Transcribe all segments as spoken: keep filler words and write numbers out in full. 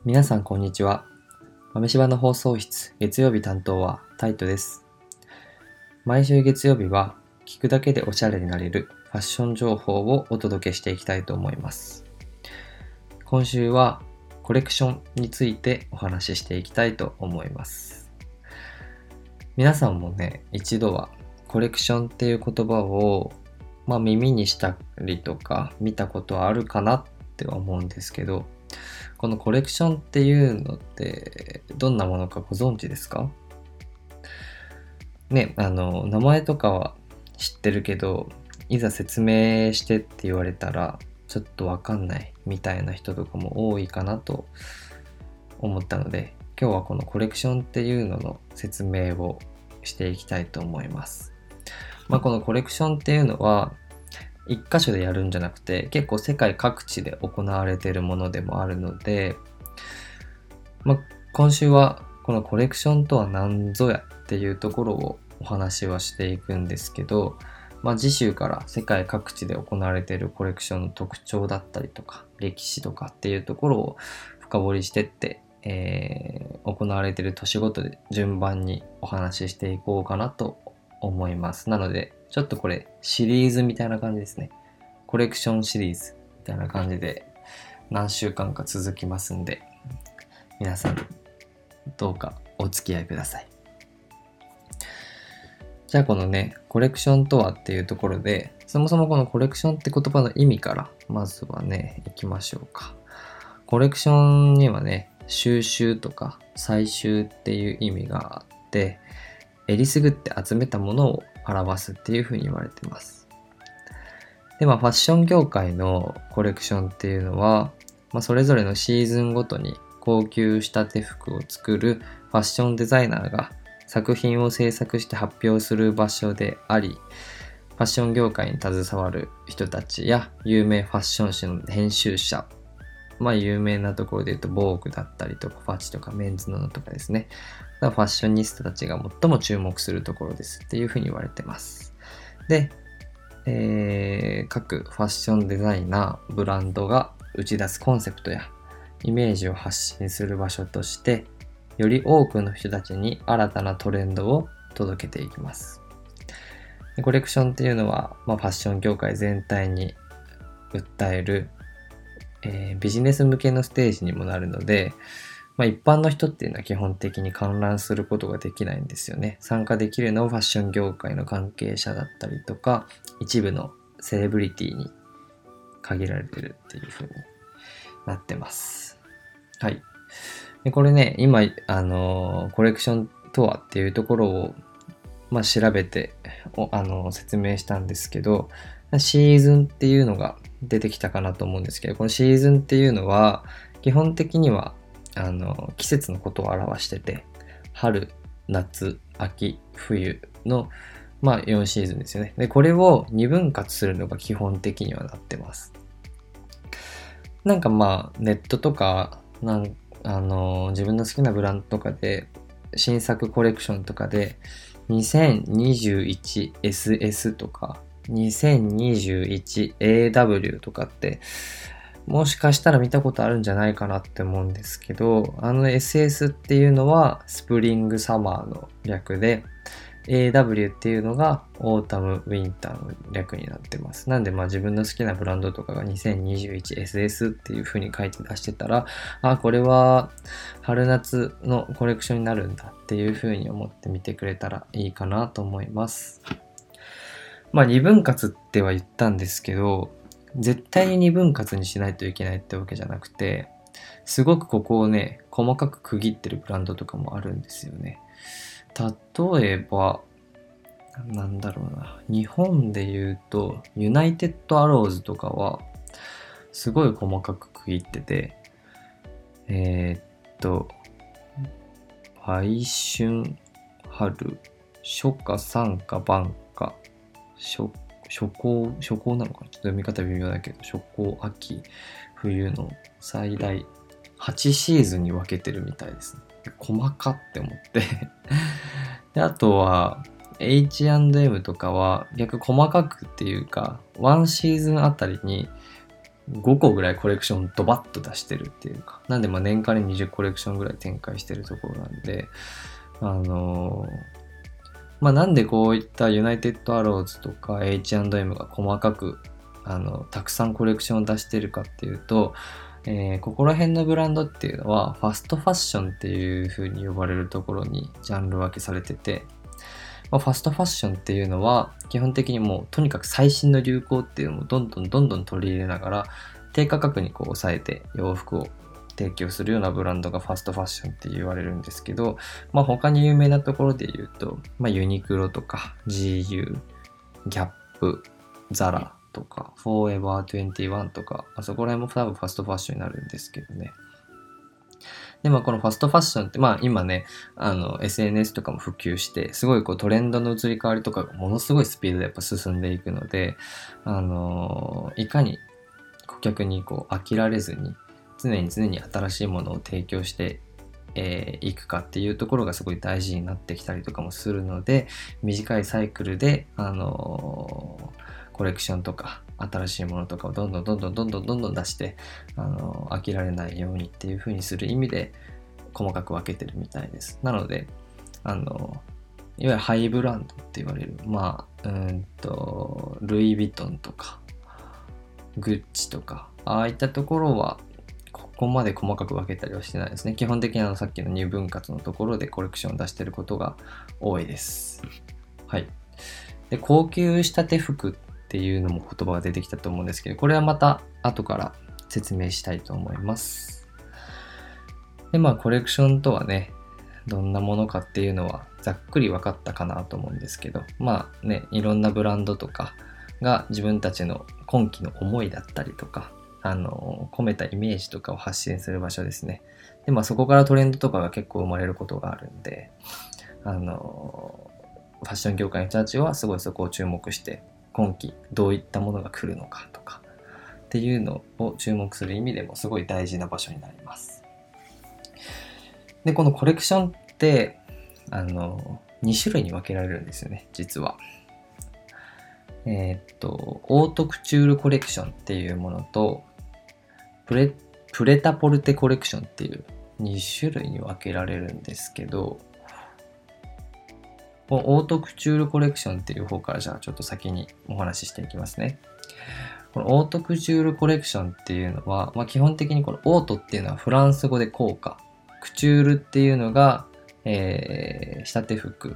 皆さんこんにちは。豆柴の放送室月曜日担当はタイトです。毎週月曜日は聞くだけでおしゃれになれるファッション情報をお届けしていきたいと思います。今週はコレクションについてお話ししていきたいと思います。皆さんもね、一度はコレクションっていう言葉をまあ耳にしたりとか見たことはあるかなって思うんですけど、このコレクションっていうのってどんなものかご存知ですか？ね、あの名前とかは知ってるけど、いざ説明してって言われたらちょっとわかんないみたいな人とかも多いかなと思ったので、今日はこのコレクションっていうのの説明をしていきたいと思います。まあ、このコレクションっていうのは一箇所でやるんじゃなくて、結構世界各地で行われているものでもあるので、まあ、今週はこのコレクションとは何ぞやっていうところをお話はしていくんですけど、まあ、次週から世界各地で行われているコレクションの特徴だったりとか歴史とかっていうところを深掘りしてって、えー、行われている年ごとで順番にお話ししていこうかなと思います。なのでちょっとこれシリーズみたいな感じですね。コレクションシリーズみたいな感じで何週間か続きますんで、皆さんどうかお付き合いください。じゃあこのね、コレクションとはっていうところで、そもそもこのコレクションって言葉の意味からまずはね、いきましょうか。コレクションにはね、収集とか採集っていう意味があって、えりすぐって集めたものを表すっていうふうに言われています。で、まあファッション業界のコレクションっていうのは、まあ、それぞれのシーズンごとに高級仕立て服を作るファッションデザイナーが作品を制作して発表する場所であり、ファッション業界に携わる人たちや有名ファッション誌の編集者、まあ有名なところで言うとボーグだったりとかファッチとかメンズノンとかですね。ファッショニスタたちが最も注目するところですっていうふうに言われてます。で、えー、各ファッションデザイナー、ブランドが打ち出すコンセプトやイメージを発信する場所として、より多くの人たちに新たなトレンドを届けていきます。コレクションっていうのは、まあ、ファッション業界全体に訴える、えー、ビジネス向けのステージにもなるので、まあ、一般の人っていうのは基本的に観覧することができないんですよね。参加できるのはファッション業界の関係者だったりとか、一部のセレブリティに限られてるっていう風になってます。はい。でこれね、今、あのー、コレクションとはっていうところを、まあ、調べて、あのー、説明したんですけど、シーズンっていうのが出てきたかなと思うんですけど、このシーズンっていうのは、基本的には、あの、季節のことを表してて、春、夏、秋、冬の、まあ、よんシーズンですよね。で、これをに分割するのが基本的にはなってます。なんかまあ、ネットとか、なんあの、自分の好きなブランドとかで、新作コレクションとかで、にせんにじゅういちエスエス とか、にせんにじゅういちエーダブリュー とかって、もしかしたら見たことあるんじゃないかなって思うんですけど、あの エスエス っていうのはスプリングサマーの略で、エーダブリュー っていうのがオータムウィンターの略になってます。なんでまあ自分の好きなブランドとかが にせんにじゅういちエスエス っていう風に書いて出してたら、あ、これは春夏のコレクションになるんだっていう風に思って見てくれたらいいかなと思います。まあに分割っては言ったんですけど、絶対にに分割にしないといけないってわけじゃなくて、すごくここをね、細かく区切ってるブランドとかもあるんですよね。例えば、なんだろうな。日本で言うと、ユナイテッドアローズとかは、すごい細かく区切ってて、えー、っと、売春、春、初夏、三夏、晩夏、初、初夏、初夏なのかなちょっと読み方微妙だけど、初夏、秋、冬の最大はちシーズンに分けてるみたいですね。細かって思ってで、あとは エイチアンドエム とかは逆細かくっていうかワンシーズンあたりにごこぐらいコレクションドバッと出してるっていうか、なんでまあ年間ににじゅうコレクションぐらい展開してるところなんで、あのー、まあなんでこういったユナイテッドアローズとか エイチアンドエム が細かくあのたくさんコレクションを出してるかっていうと、えー、ここら辺のブランドっていうのはファストファッションっていう風に呼ばれるところにジャンル分けされてて、まあ、ファストファッションっていうのは基本的にもうとにかく最新の流行っていうのをどんどんどんどん取り入れながら低価格にこう抑えて洋服を提供するようなブランドがファストファッションって言われるんですけど、まあ他に有名なところで言うと、まあユニクロとか ジーユー、ギャップ、ザラとか、フォーエバーにじゅういちとか、あそこら辺も多分ファストファッションになるんですけどね。で、まあこのファストファッションって、まあ今ね、あの エスエヌエス とかも普及して、すごいこうトレンドの移り変わりとかがものすごいスピードでやっぱ進んでいくので、あのいかに顧客にこう飽きられずに、常に常に新しいものを提供してえー、いくかっていうところがすごい大事になってきたりとかもするので、短いサイクルで、あのー、コレクションとか新しいものとかをどんどんどんどんどんどんどんどん出して、あのー、飽きられないようにっていう風にする意味で細かく分けてるみたいです。なので、あのー、いわゆるハイブランドって言われる、まあ、うんと、ルイ・ヴィトンとか、グッチとか、ああいったところは、ここまで細かく分けたりはしてないですね。基本的にあのさっきの二分割のところでコレクションを出していることが多いです。はい。で、高級仕立て服っていうのも言葉が出てきたと思うんですけど、これはまた後から説明したいと思います。で、まあコレクションとはね、どんなものかっていうのはざっくり分かったかなと思うんですけど、まあね、いろんなブランドとかが自分たちの今季の思いだったりとか、あの込めたイメージとかを発信する場所ですね。で、まあそこからトレンドとかが結構生まれることがあるんで、あのファッション業界の人たちはすごいそこを注目して、今季どういったものが来るのかとかっていうのを注目する意味でもすごい大事な場所になります。で、このコレクションってあのに種類に分けられるんですよね、実は。えー、っとオートクチュールコレクションっていうものとプレプレタポルテコレクションっていうに種類に分けられるんですけど、オートクチュールコレクションっていう方からじゃあちょっと先にお話ししていきますね。このオートクチュールコレクションっていうのは、まあ、基本的にこのオートっていうのはフランス語で高価、クチュールっていうのが、えー、仕立て服、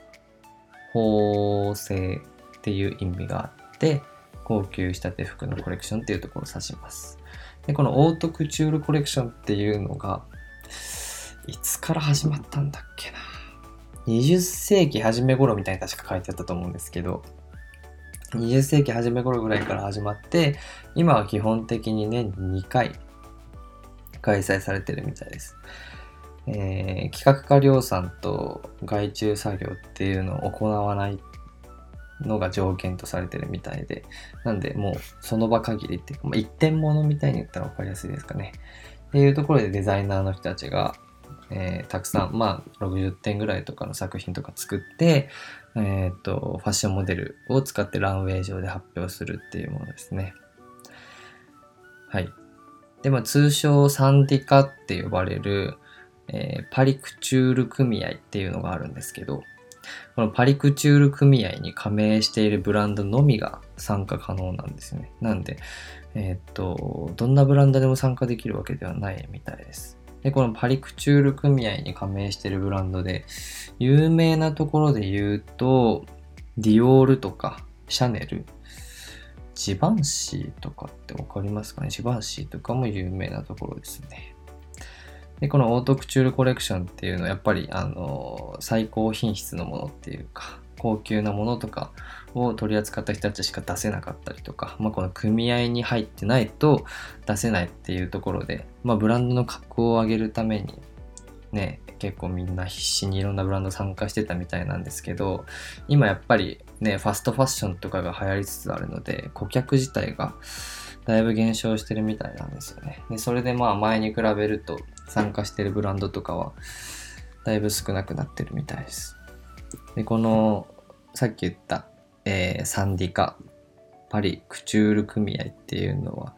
縫製っていう意味があって、高級仕立て服のコレクションっていうところを指します。で、このオートクチュールコレクションっていうのが、いつから始まったんだっけな。にじゅっせいき初め頃みたいに確か書いてあったと思うんですけど、にじゅっせいき初め頃ぐらいから始まって、今は基本的に年ににかい開催されてるみたいです。えー、企画家量産と外注作業っていうのを行わないのが条件とされてるみたいで、なんでもうその場限りっていうか、まあ、一点物みたいに言ったら分かりやすいですかね。っていうところでデザイナーの人たちが、えー、たくさん、まあろくじゅってんぐらいとかの作品とか作って、えー、とファッションモデルを使ってランウェイ上で発表するっていうものですね。はい。で、まあ通称サンディカって呼ばれる、えー、パリクチュール組合っていうのがあるんですけど、このパリクチュール組合に加盟しているブランドのみが参加可能なんですよね。なんで、えっと、どんなブランドでも参加できるわけではないみたいです。で、このパリクチュール組合に加盟しているブランドで、有名なところで言うと、ディオールとか、シャネル、ジバンシーとかってわかりますかね。ジバンシーとかも有名なところですね。で、このオートクチュールコレクションっていうのはやっぱりあの最高品質のものっていうか高級なものとかを取り扱った人たちしか出せなかったりとか、まあ、この組合に入ってないと出せないっていうところで、まあ、ブランドの格を上げるためにね、結構みんな必死にいろんなブランド参加してたみたいなんですけど、今やっぱりね、ファストファッションとかが流行りつつあるので、顧客自体がだいぶ減少してるみたいなんですよね。で、それでまあ前に比べると参加してるブランドとかはだいぶ少なくなってるみたいです。で、このさっき言った、えー、サンディカパリクチュール組合っていうのは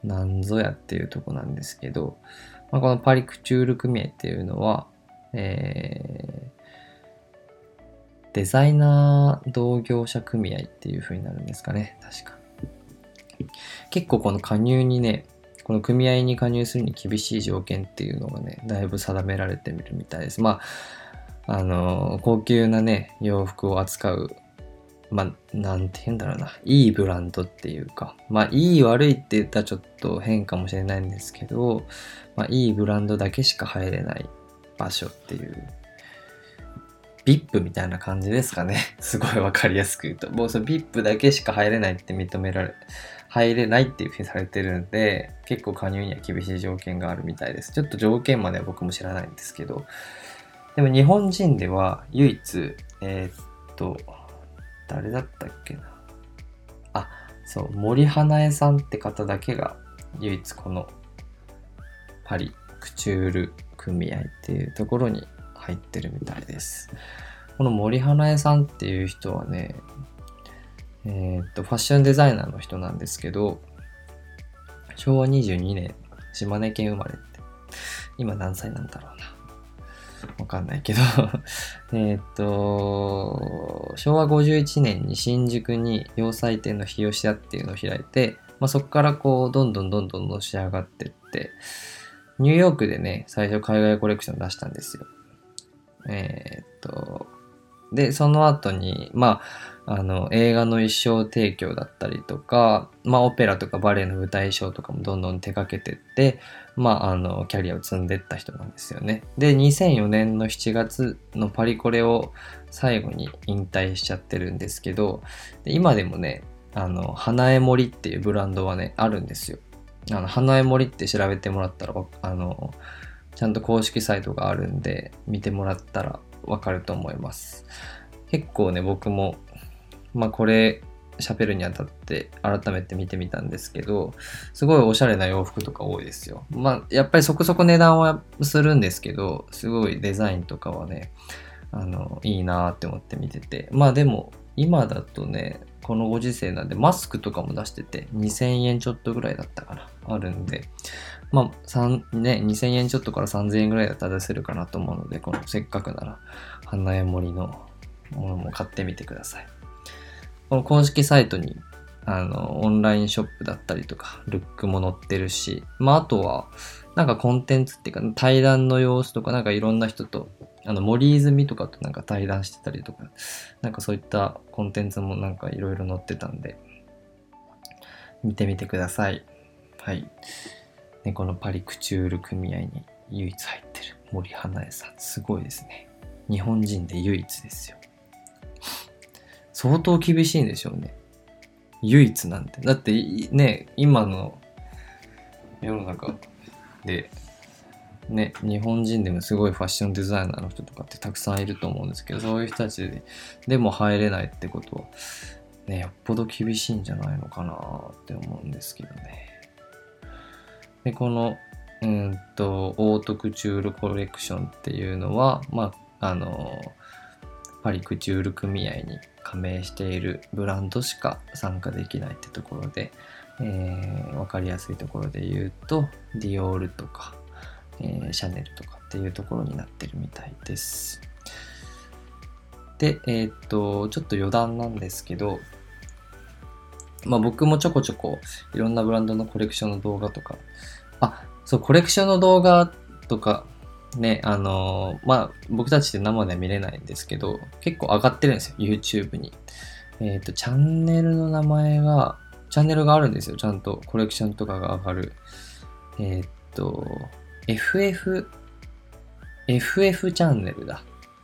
なんぞやっていうとこなんですけど、まあ、このパリクチュール組合っていうのは、えー、デザイナー同業者組合っていう風になるんですかね、確か。結構この加入にね、この組合に加入するに厳しい条件っていうのがね、だいぶ定められてみるみたいです。まあ、あのー、高級なね、洋服を扱う、まあ、なんて言うんだろうな、いいブランドっていうか、まあ、いい悪いって言ったらちょっと変かもしれないんですけど、まあ、いいブランドだけしか入れない場所っていう、ブイアイピー みたいな感じですかね。すごいわかりやすく言うと。もうその ブイアイピー だけしか入れないって認められ、入れないっていうふうにされてるんで、結構加入には厳しい条件があるみたいです。ちょっと条件までは僕も知らないんですけど、でも日本人では唯一、えー、っと、誰だったっけな。あ、そう、森花江さんって方だけが唯一このパリクチュール組合っていうところに入ってるみたいです。この森花江さんっていう人はね、えー、っと、ファッションデザイナーの人なんですけど、しょうわにじゅうにねん、島根県生まれって、今何歳なんだろうな。わかんないけどえっと、しょうわごじゅういちねんに新宿に洋裁店の日吉屋っていうのを開いて、まあ、そこからこう、どんどんどんどんのし上がってって、ニューヨークでね、最初海外コレクション出したんですよ。えー、っと、で、その後に、まあ、あの、映画の衣装提供だったりとか、まあ、オペラとかバレエの舞台衣装とかもどんどん手掛けてって、まあ、あの、キャリアを積んでった人なんですよね。で、にせんよねんのしちがつのパリコレを最後に引退しちゃってるんですけど、で今でもね、あの、花江森っていうブランドはね、あるんですよ。あの、花江森って調べてもらったら、あの、ちゃんと公式サイトがあるんで、見てもらったらわかると思います。結構ね、僕も、まあこれ喋るにあたって改めて見てみたんですけど、すごいおしゃれな洋服とか多いですよ。まあやっぱりそこそこ値段はするんですけど、すごいデザインとかはね、あの、いいなーって思って見てて。まあでも、今だとね、このご時世なんでマスクとかも出してて、にせんえんちょっとぐらいだったかな、あるんで、まあ、三ね、にせんえんちょっとからさんぜんえんぐらいだったら出せるかなと思うので、このせっかくなら、花江森のものも買ってみてください。この公式サイトに、あの、オンラインショップだったりとか、ルックも載ってるし、まあ、あとは、なんかコンテンツっていうか、対談の様子とか、なんかいろんな人と、あの、森泉とかとなんか対談してたりとか、なんかそういったコンテンツもなんかいろいろ載ってたんで、見てみてください。はい。ね、このパリクチュール組合に唯一入ってる森花江さん、すごいですね。日本人で唯一ですよ。相当厳しいんでしょうね。唯一なんて。だってね、今の世の中で、ね、日本人でもすごいファッションデザイナーの人とかってたくさんいると思うんですけど、そういう人たちででも入れないってことは、ね、よっぽど厳しいんじゃないのかなって思うんですけどね。で、この、うんと、オートクチュールコレクションっていうのは、まあ、あの、パリクチュール組合に加盟しているブランドしか参加できないってところで、えー、わかりやすいところで言うと、ディオールとか、えー、シャネルとかっていうところになってるみたいです。で、えー、っと、ちょっと余談なんですけど、まあ僕もちょこちょこいろんなブランドのコレクションの動画とか、あ、そう、コレクションの動画とか、ね、あのー、まあ僕たちって生では見れないんですけど、結構上がってるんですよ、YouTube に。えっと、チャンネルの名前が、チャンネルがあるんですよ、ちゃんとコレクションとかが上がる。えっと、エフエフ、エフエフ チャンネルだ。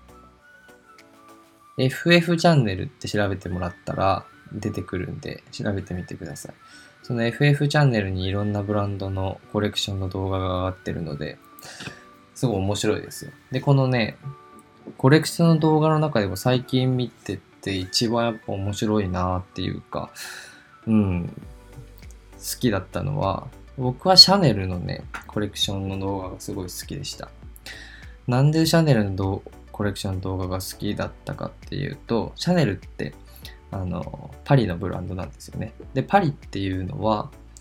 エフエフ チャンネルって調べてもらったら出てくるんで、調べてみてください。その エフエフ チャンネルにいろんなブランドのコレクションの動画が上がってるので、すごい面白いですよ。で、このね、コレクションの動画の中でも最近見てて一番やっぱ面白いなっていうか、うん、好きだったのは、僕はシャネルのね、コレクションの動画がすごい好きでした。なんでシャネルのコレクションの動画が好きだったかっていうと、シャネルってあのパリのブランドなんですよね。で、パリっていうのは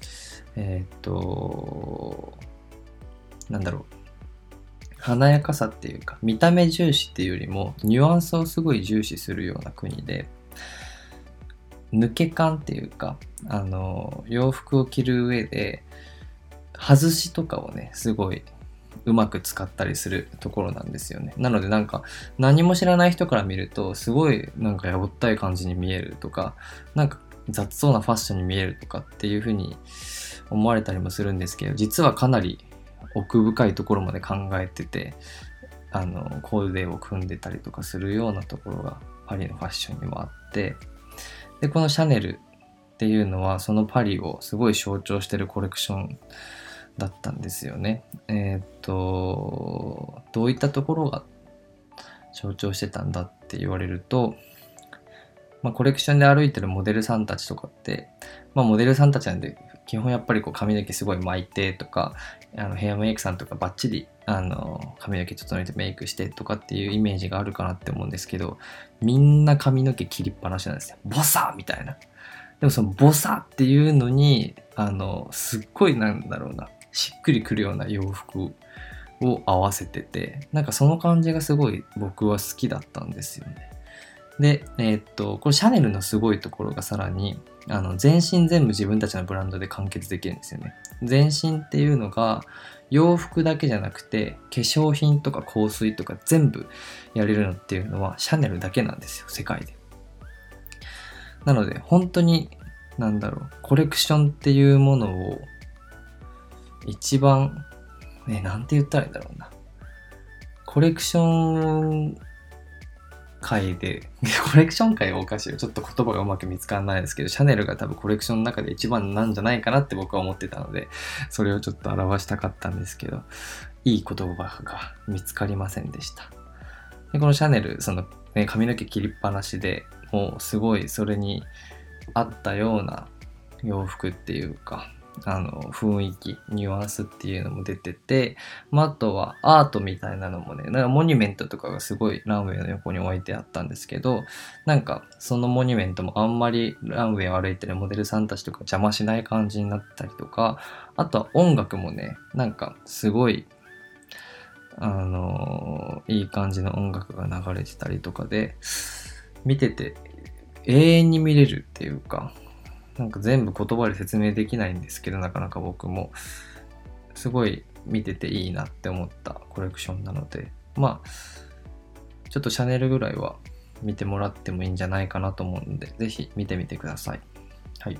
えーっと、なんだろう。華やかさっていうか、見た目重視っていうよりも、ニュアンスをすごい重視するような国で、抜け感っていうか、あの、洋服を着る上で、外しとかをね、すごいうまく使ったりするところなんですよね。なのでなんか何も知らない人から見るとすごいなんかやぼったい感じに見えるとか、なんか雑そうなファッションに見えるとかっていう風に思われたりもするんですけど、実はかなり奥深いところまで考えてて、あのコーデを組んでたりとかするようなところがパリのファッションにもあって、でこのシャネルっていうのはそのパリをすごい象徴してるコレクションだったんですよね。えーっと、どういったところが象徴してたんだって言われると、まあ、コレクションで歩いてるモデルさんたちとかって、まあ、モデルさんたちなんで、基本やっぱりこう髪の毛すごい巻いてとか、あのヘアメイクさんとかバッチリあの髪の毛整えてメイクしてとかっていうイメージがあるかなって思うんですけど、みんな髪の毛切りっぱなしなんですよ。ボサーみたいな。でもそのボサっていうのに、あの、すっごいなんだろうな、しっくりくるような洋服を合わせてて、なんかその感じがすごい僕は好きだったんですよね。で、えーっと、これシャネルのすごいところがさらに、あの、全身全部自分たちのブランドで完結できるんですよね。全身っていうのが、洋服だけじゃなくて、化粧品とか香水とか全部やれるのっていうのはシャネルだけなんですよ、世界で。なので、本当に、なんだろう、コレクションっていうものを、一番、ね、なんて言ったらいいんだろうな。コレクション界で、コレクション界はおかしいよ。ちょっと言葉がうまく見つからないですけど、シャネルが多分コレクションの中で一番なんじゃないかなって僕は思ってたので、それをちょっと表したかったんですけど、いい言葉が見つかりませんでした。でこのシャネル、その、ね、髪の毛切りっぱなしで、もうすごいそれに合ったような洋服っていうか、あの雰囲気、ニュアンスっていうのも出てて、まあ、あとはアートみたいなのもね、なんかモニュメントとかがすごいランウェイの横に置いてあったんですけど、なんかそのモニュメントもあんまりランウェイを歩いてるモデルさんたちとか邪魔しない感じになったりとか、あとは音楽もね、なんかすごいあのいい感じの音楽が流れてたりとかで、見てて永遠に見れるっていうか、なんか全部言葉で説明できないんですけど、なかなか僕もすごい見てていいなって思ったコレクションなので、まあちょっとシャネルぐらいは見てもらってもいいんじゃないかなと思うので、ぜひ見てみてください。はい。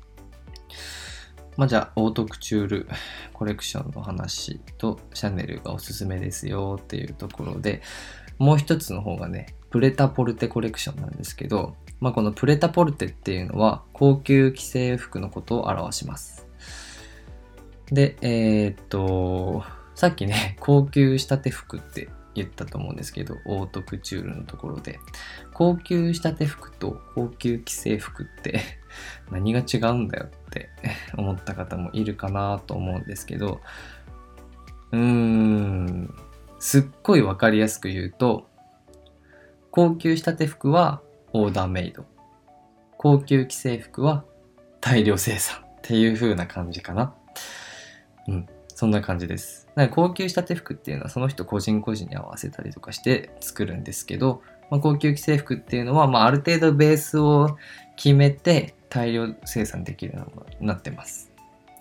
まあじゃあオートクチュールコレクションの話とシャネルがおすすめですよっていうところで、もう一つの方がね、プレタポルテコレクションなんですけど、まあ、このプレタポルテっていうのは高級既製服のことを表します。で、えー、っと、さっきね、高級仕立て服って言ったと思うんですけど、オートクチュールのところで、高級仕立て服と高級既製服って何が違うんだよって思った方もいるかなと思うんですけど、うーん、すっごいわかりやすく言うと、高級仕立て服はオーダーメイド、高級既製服は大量生産っていう風な感じかな。うん、そんな感じです。なんか高級仕立て服っていうのはその人個人個人に合わせたりとかして作るんですけど、まあ、高級既製服っていうのは、まあ、ある程度ベースを決めて大量生産できるようになってます。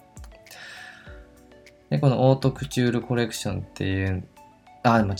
で、このオートクチュールコレクションっていう、あ、間違った。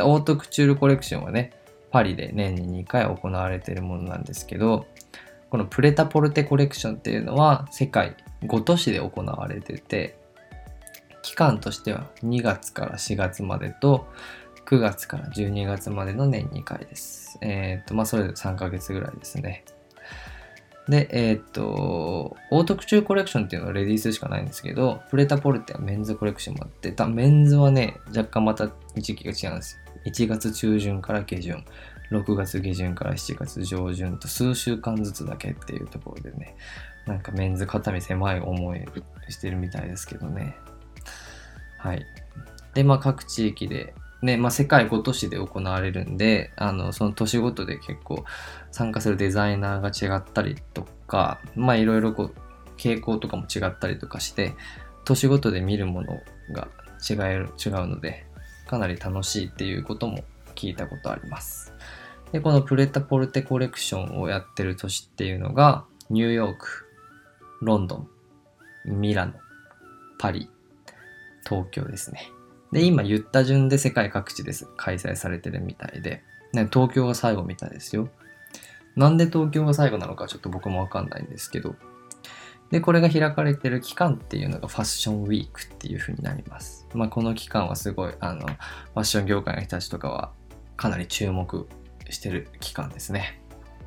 オートクチュールコレクションはね、パリで年ににかい行われているものなんですけど、このプレタポルテコレクションっていうのは世界ご都市で行われてて、期間としてはにがつからしがつまでとくがつからじゅうにがつまでの年にかいです。えっと、まあそれでさんかげつぐらいですね。で、えっと、オートクチュールコレクションっていうのはレディースしかないんですけど、プレタポルテはメンズコレクションもあって、メンズはね、若干また時期が違うんですよ。いちがつ中旬から下旬、ろくがつ下旬からしちがつ上旬と数週間ずつだけっていうところでね、なんかメンズ肩身狭い思いしてるみたいですけどね。はい。で、まあ各地域で、ね、まあ世界ご都市で行われるんで、あの、その都市ごとで結構参加するデザイナーが違ったりとか、まあいろいろこう、 傾向とかも違ったりとかして、年ごとで見るものが違える、違うので、かなり楽しいっていうことも聞いたことあります。で、このプレタポルテコレクションをやってる都市っていうのが、ニューヨーク、ロンドン、ミラノ、パリ、東京ですね。で、今言った順で世界各地です開催されてるみたいで、ね、東京が最後みたいですよ。なんで東京が最後なのかちょっと僕もわかんないんですけど、で、これが開かれてる期間っていうのがファッションウィークっていう風になります。まあ、この期間はすごい、あの、ファッション業界の人たちとかはかなり注目してる期間ですね。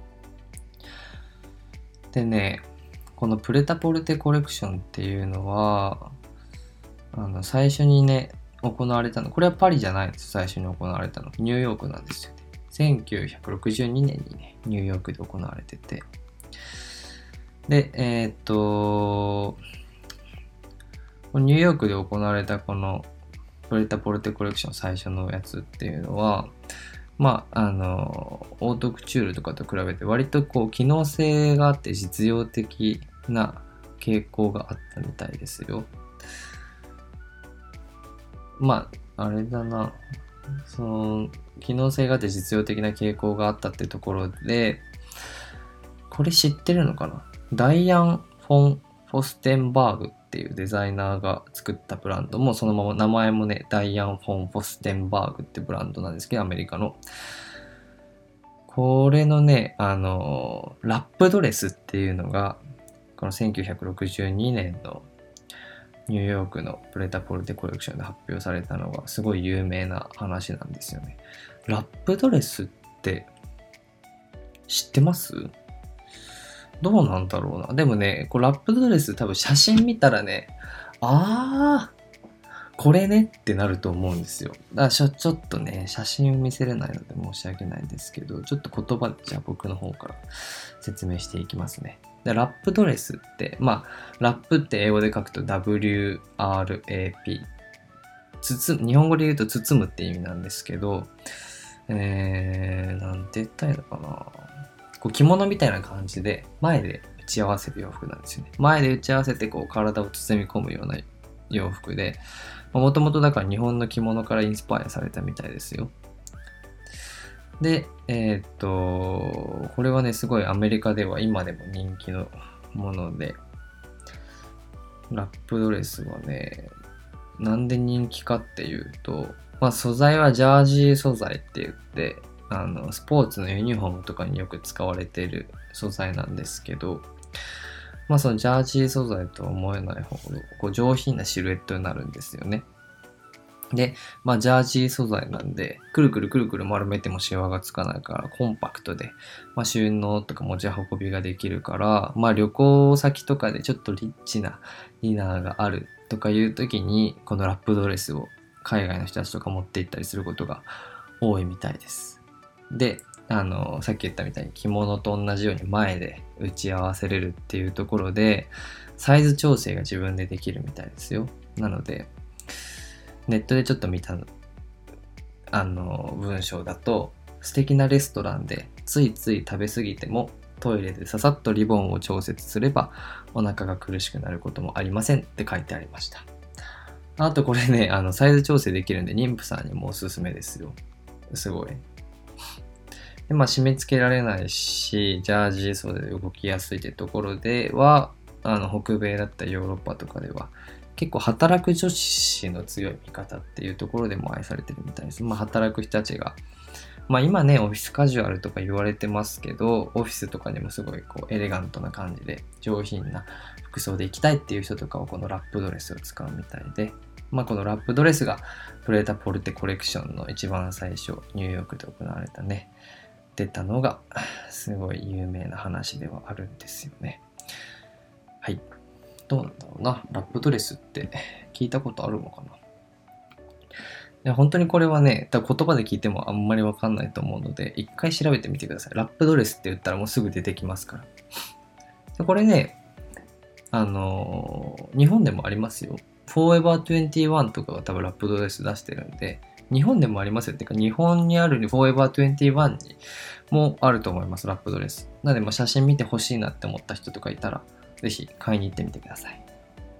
でね、このプレタポルテコレクションっていうのは、あの、最初にね、行われたの、これはパリじゃないんです。最初に行われたの。ニューヨークなんですよね。せんきゅうひゃくろくじゅうにねんにね、ニューヨークで行われてて。で、えー、っと、ニューヨークで行われたこのプレタポルテコレクション最初のやつっていうのは、まあ、あの、オートクチュールとかと比べて割とこう機能性があって実用的な傾向があったみたいですよ。まあ、あれだな。その、機能性があって実用的な傾向があったってところで、これ知ってるのかな？ダイアン・フォン・フォステンバーグっていうデザイナーが作ったブランドも、そのまま名前もね、ダイアン・フォン・フォステンバーグってブランドなんですけど、アメリカの。これのね、あの、ラップドレスっていうのが、このせんきゅうひゃくろくじゅうにねんのニューヨークのプレタポルテコレクションで発表されたのがすごい有名な話なんですよね。ラップドレスって知ってます？どうなんだろうな。でもね、こうラップドレス多分写真見たらね、あー、これねってなると思うんですよ。だからちょ、ちょっとね、写真見せれないので申し訳ないんですけど、ちょっと言葉でじゃあ僕の方から説明していきますね。でラップドレスって、まあ、ラップって英語で書くと ダブリューアールエーピー。包む、日本語で言うと包むって意味なんですけど、えー、なんて言ったらいいのかな。こう着物みたいな感じで前で打ち合わせる洋服なんですよね。前で打ち合わせてこう体を包み込むような洋服で、もともとだから日本の着物からインスパイアされたみたいですよ。で、えー、っと、これはね、すごいアメリカでは今でも人気のもので、ラップドレスはね、なんで人気かっていうと、まあ素材はジャージー素材って言って、あの、スポーツのユニフォームとかによく使われている素材なんですけど、まあそのジャージー素材とは思えないほどこう上品なシルエットになるんですよね。で、まあジャージー素材なんで、くるくるくるくる丸めてもシワがつかないからコンパクトで、まあ収納とか持ち運びができるから、まあ旅行先とかでちょっとリッチなディナーがあるとかいう時に、このラップドレスを海外の人たちとか持って行ったりすることが多いみたいです。で、あの、さっき言ったみたいに着物と同じように前で打ち合わせれるっていうところで、サイズ調整が自分でできるみたいですよ。なので、ネットでちょっと見た、あの、文章だと、素敵なレストランでついつい食べ過ぎても、トイレでささっとリボンを調節すれば、お腹が苦しくなることもありませんって書いてありました。あとこれね、あの、サイズ調整できるんで、妊婦さんにもおすすめですよ。すごい。で、まあ、締め付けられないし、ジャージー袖で動きやすいってところでは、あの、北米だったりヨーロッパとかでは、結構働く女子の強い味方っていうところでも愛されてるみたいです。まあ、働く人たちが、まあ今ね、オフィスカジュアルとか言われてますけど、オフィスとかにもすごいこうエレガントな感じで上品な服装で行きたいっていう人とかはこのラップドレスを使うみたいで、まあこのラップドレスがプレータポルテコレクションの一番最初、ニューヨークで行われたね、出たのがすごい有名な話ではあるんですよね。はい。どうなんだろうな。ラップドレスって聞いたことあるのかな。いや本当にこれはね、言葉で聞いてもあんまりわかんないと思うので、一回調べてみてください。ラップドレスって言ったらもうすぐ出てきますから。でこれね、あのー、日本でもありますよ。フォーエバーにじゅういちとかが多分ラップドレス出してるんで、日本でもありますよ。ってか、日本にあるフォーエバーにじゅういちにもあると思います、ラップドレス。なので、まあ写真見てほしいなって思った人とかいたら、 ぜひ買いに行ってみてください。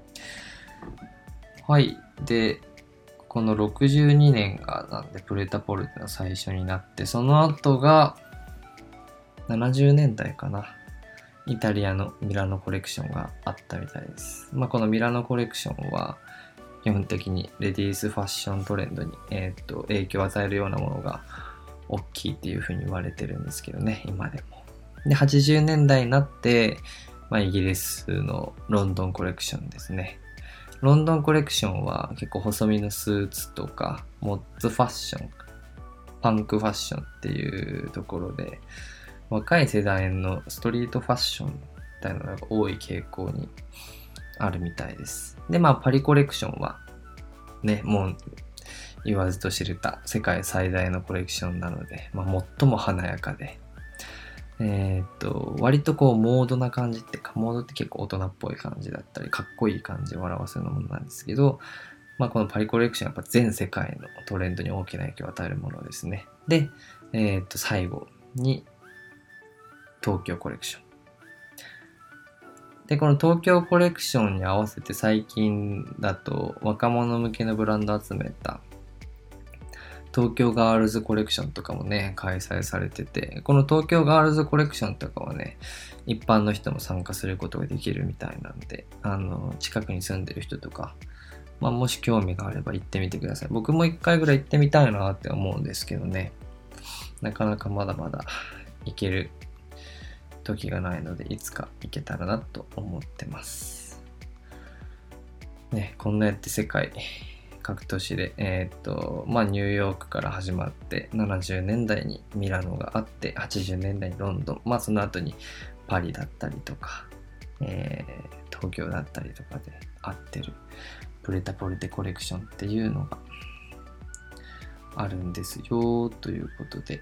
はい。で、このろくじゅうにねんがなんでプレタポルテの最初になって、その後がななじゅうねんだいかな。イタリアのミラノコレクションがあったみたいです。まあ、このミラノコレクションは基本的にレディースファッショントレンドに、えー、っと影響を与えるようなものが大きいっていう風に言われてるんですけどね、今でも。で、はちじゅうねんだいになって、まあ、イギリスのロンドンコレクションですね。ロンドンコレクションは結構細身のスーツとか、モッツファッション、パンクファッションっていうところで、若い世代のストリートファッションみたいなのが多い傾向にあるみたいです。で、まあ、パリコレクションは、ね、もう言わずと知れた世界最大のコレクションなので、まあ、最も華やかで、えー、っと、割とこう、モードな感じっていうか、モードって結構大人っぽい感じだったり、かっこいい感じを表すようなものなんですけど、まあ、このパリコレクションはやっぱ全世界のトレンドに大きな影響を与えるものですね。で、えー、っと、最後に、東京コレクション。で、この東京コレクションに合わせて最近だと若者向けのブランドを集めた東京ガールズコレクションとかもね、開催されてて、この東京ガールズコレクションとかはね、一般の人も参加することができるみたいなんで、あの、近くに住んでる人とか、まあ、もし興味があれば行ってみてください。僕も一回ぐらい行ってみたいなって思うんですけどね、なかなかまだまだ行ける時がないので、いつか行けたらなと思ってます。ね、こんなやって世界各都市で、えー、っと、まあニューヨークから始まって、ななじゅうねんだいにミラノがあって、はちじゅうねんだいにロンドン、まあその後にパリだったりとか、えー、東京だったりとかで合ってるプレタポルテコレクションっていうのがあるんですよということで、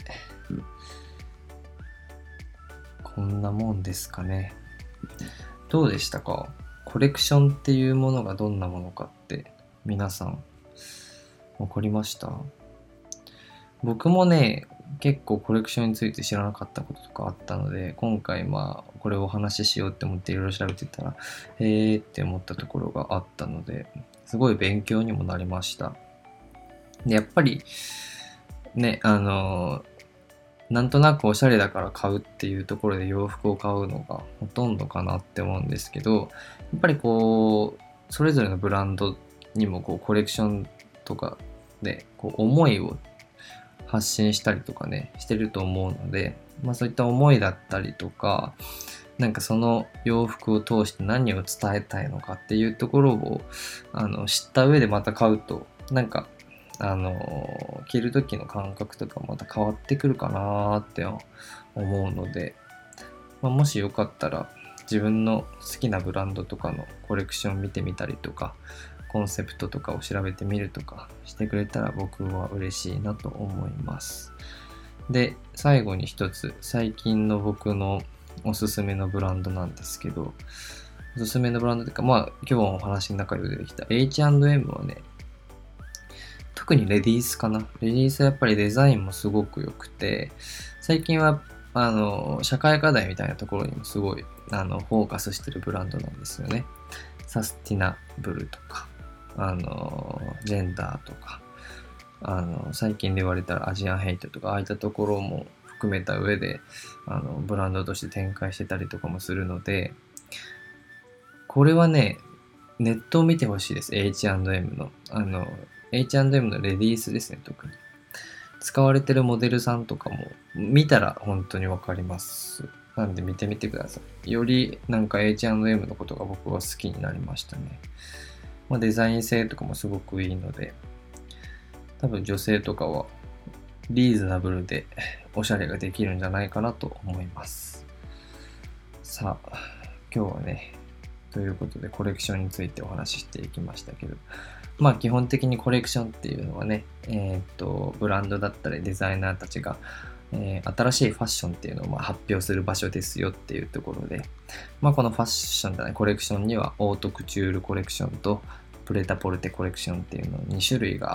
こんなもんですかね。どうでしたか？コレクションっていうものがどんなものかって皆さんわかりました？僕もね、結構コレクションについて知らなかったこととかあったので、今回まあこれをお話ししようって思っていろいろ調べてたら、へーって思ったところがあったので、すごい勉強にもなりました。で、やっぱりね、あのなんとなくおしゃれだから買うっていうところで洋服を買うのがほとんどかなって思うんですけど、やっぱりこうそれぞれのブランドにもこうコレクションとかでこう思いを発信したりとかねしてると思うので、まあそういった思いだったりとか、なんかその洋服を通して何を伝えたいのかっていうところをあの知った上でまた買うと、なんかあの着る時の感覚とかまた変わってくるかなーって思うので、まあ、もしよかったら自分の好きなブランドとかのコレクション見てみたりとか、コンセプトとかを調べてみるとかしてくれたら僕は嬉しいなと思います。で、最後に一つ最近の僕のおすすめのブランドなんですけど、おすすめのブランドというか、まあ今日のお話の中で出てきた エイチアンドエム はね、特にレディースかな。レディースはやっぱりデザインもすごく良くて、最近はあの社会課題みたいなところにもすごいあのフォーカスしてるブランドなんですよね。サスティナブルとか、あのジェンダーとか、あの最近で言われたらアジアンヘイトとか、ああいったところも含めた上であのブランドとして展開してたりとかもするので、これはね、ネットを見てほしいです。 エイチアンドエム のあのエイチアンドエム のレディースですね。特に使われてるモデルさんとかも見たら本当にわかります。なんで見てみてください。よりなんか エイチアンドエム のことが僕は好きになりましたね。まあ、デザイン性とかもすごくいいので、多分女性とかはリーズナブルでおしゃれができるんじゃないかなと思います。さあ、今日はね、ということでコレクションについてお話ししていきましたけど、まあ基本的にコレクションっていうのはね、えー、っとブランドだったりデザイナーたちが、えー、新しいファッションっていうのをまあ発表する場所ですよっていうところで、まあこのファッションじゃないコレクションにはオートクチュールコレクションとプレタポルテコレクションっていうのに種類があって、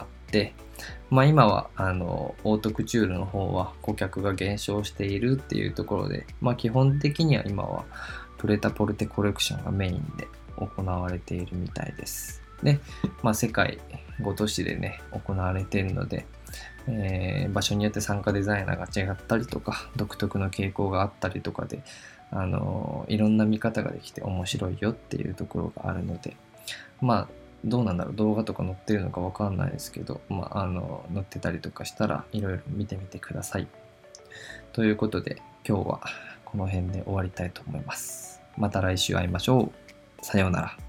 まあ今はあのオートクチュールの方は顧客が減少しているっていうところで、まあ基本的には今はプレタポルテコレクションがメインで行われているみたいです。で、まあ、世界ご都市でね、行われているので、えー、場所によって参加デザイナーが違ったりとか、独特の傾向があったりとかで、あのーいろんな見方ができて面白いよっていうところがあるので、まあ、どうなんだろう、動画とか載ってるのかわかんないですけど、まあ、あの、載ってたりとかしたら、いろいろ見てみてください。ということで、今日はこの辺で終わりたいと思います。また来週会いましょう。さようなら。